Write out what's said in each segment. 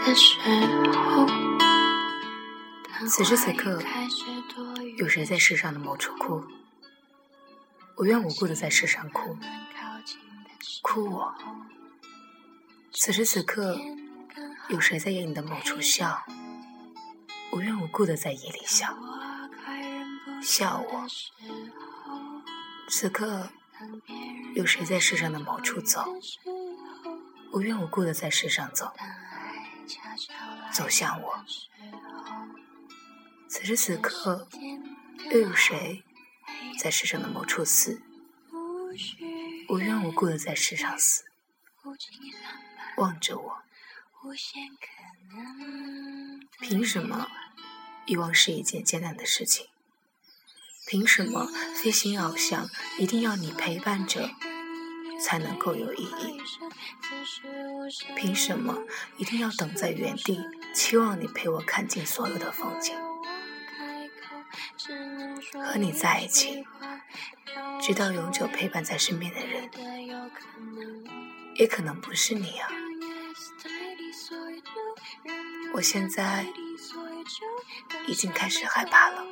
此时此刻，有谁在世上的某处哭？无缘无故的在世上哭，哭我。此时此刻，有谁在夜里的某处笑？无缘无故的在夜里笑，笑我。此刻，有谁在世上的某处走？无缘无故的在世上走，走向我。此时此刻，又有谁在世上的某处死？无缘无故的在世上死，望着我。凭什么遗忘是一件艰难的事情？凭什么飞行翱翔一定要你陪伴着才能够有意义？凭什么一定要等在原地，期望你陪我看尽所有的风景？和你在一起，直到永久陪伴在身边的人，也可能不是你啊。我现在已经开始害怕了，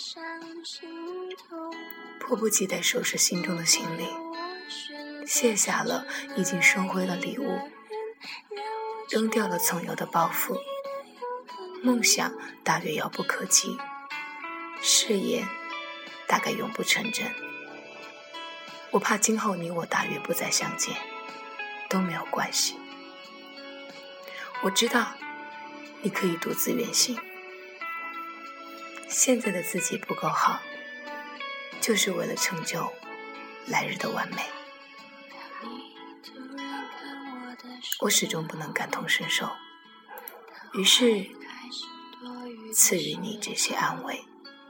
迫不及待收拾心中的行李，卸下了已经生灰的礼物，扔掉了曾有的包袱。梦想大约遥不可及，誓言大概永不成真。我怕今后你我大约不再相见，都没有关系。我知道你可以独自远行，现在的自己不够好，就是为了成就来日的完美。我始终不能感同身受，于是赐予你这些安慰。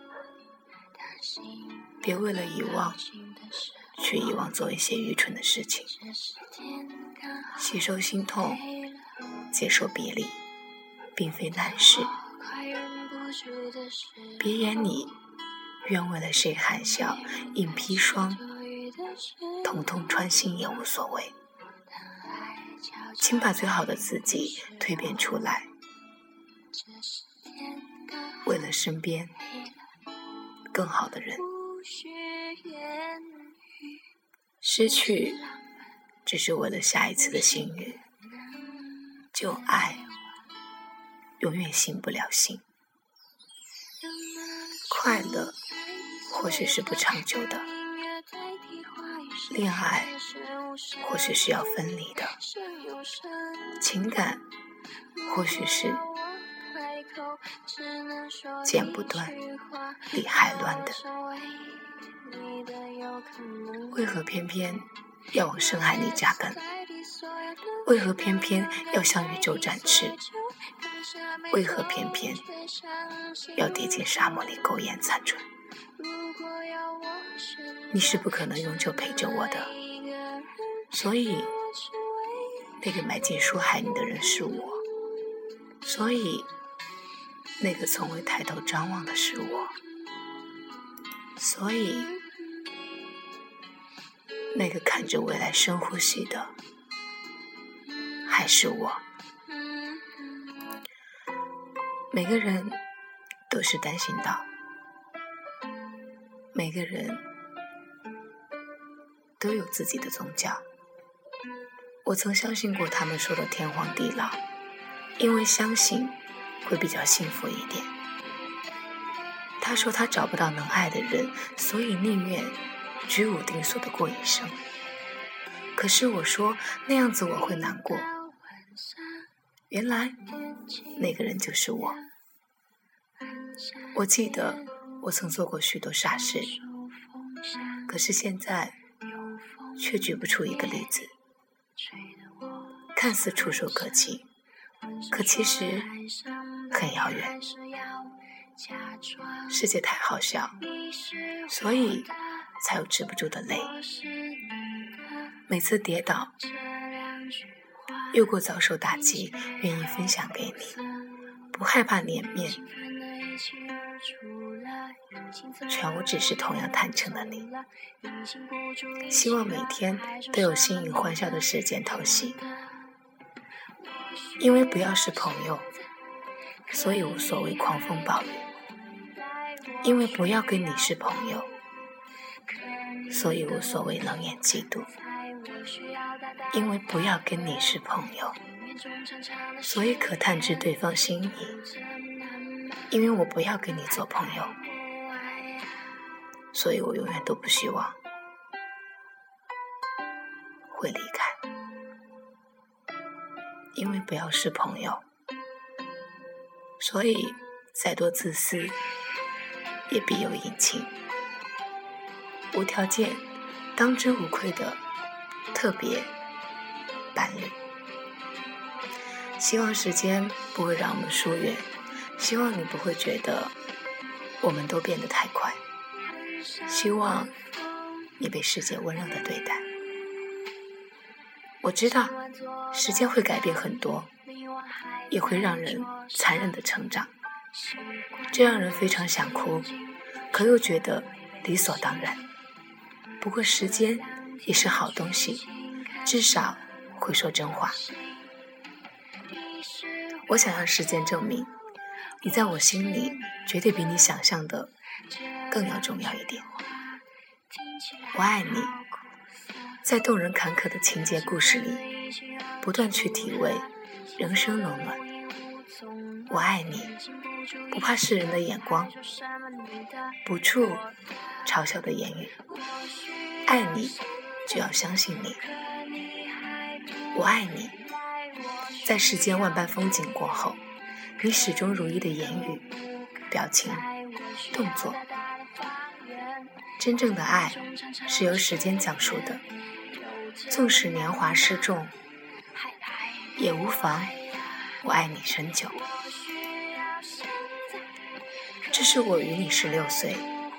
别为了遗忘去遗忘做一些愚蠢的事情，吸收心痛，接受别离并非难事。别言你愿为了谁含笑饮砒霜，统统穿心也无所谓。请把最好的自己蜕变出来，为了身边更好的人。失去只是为了下一次的幸运，旧爱永远信不了心。快乐或许是不长久的，恋爱或许是要分离的，情感或许是剪不断理还乱的。为何偏偏要往深海里扎根？为何偏偏要向宇宙展翅？为何偏偏要跌进沙漠里苟延残喘？你是不可能永久陪着我的，所以那个埋进书海里的人是我，所以那个从未抬头张望的是我，所以那个看着未来深呼吸的还是我。每个人都是单行道，每个人都有自己的宗教。我曾相信过他们说的天荒地老，因为相信会比较幸福一点。他说他找不到能爱的人，所以宁愿居无定所的过一生。可是我说那样子我会难过，原来那个人就是我。我记得我曾做过许多傻事，可是现在却举不出一个例子。看似触手可及，可其实很遥远。世界太好笑，所以才有止不住的泪。每次跌倒，又过遭受打击，愿意分享给你，不害怕脸面，全无只是同样坦诚的你。希望每天都有心语欢笑的时间偷袭， 因为不要是朋友，所以无所谓狂风暴雨；因为不要跟你是朋友，所以无所谓冷眼嫉妒；因为不要跟你是朋友，所以可探知对方心意；因为我不要跟你做朋友，所以我永远都不希望会离开。因为不要是朋友，所以再多自私也必有隐情，无条件当之无愧的特别伴侣。希望时间不会让我们疏远，希望你不会觉得我们都变得太快，希望你被世界温柔的对待。我知道时间会改变很多，也会让人残忍的成长，这让人非常想哭，可又觉得理所当然。不过时间也是好东西，至少会说真话。我想让时间证明，你在我心里绝对比你想象的更要重要一点。我爱你，在动人坎坷的情节故事里，不断去体味人生冷暖。我爱你，不怕世人的眼光，不触嘲笑的言语。爱你，就要相信你。我爱你，在世间万般风景过后，你始终如一的言语、表情、动作。真正的爱是由时间讲述的，纵使年华失重，也无妨我爱你深久。这是我与你16岁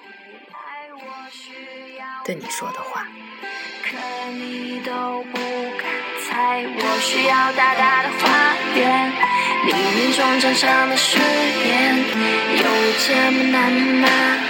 对你说的话。 可你都不敢猜，我需要大大的花园，黎明中长长的誓言，有这么难吗？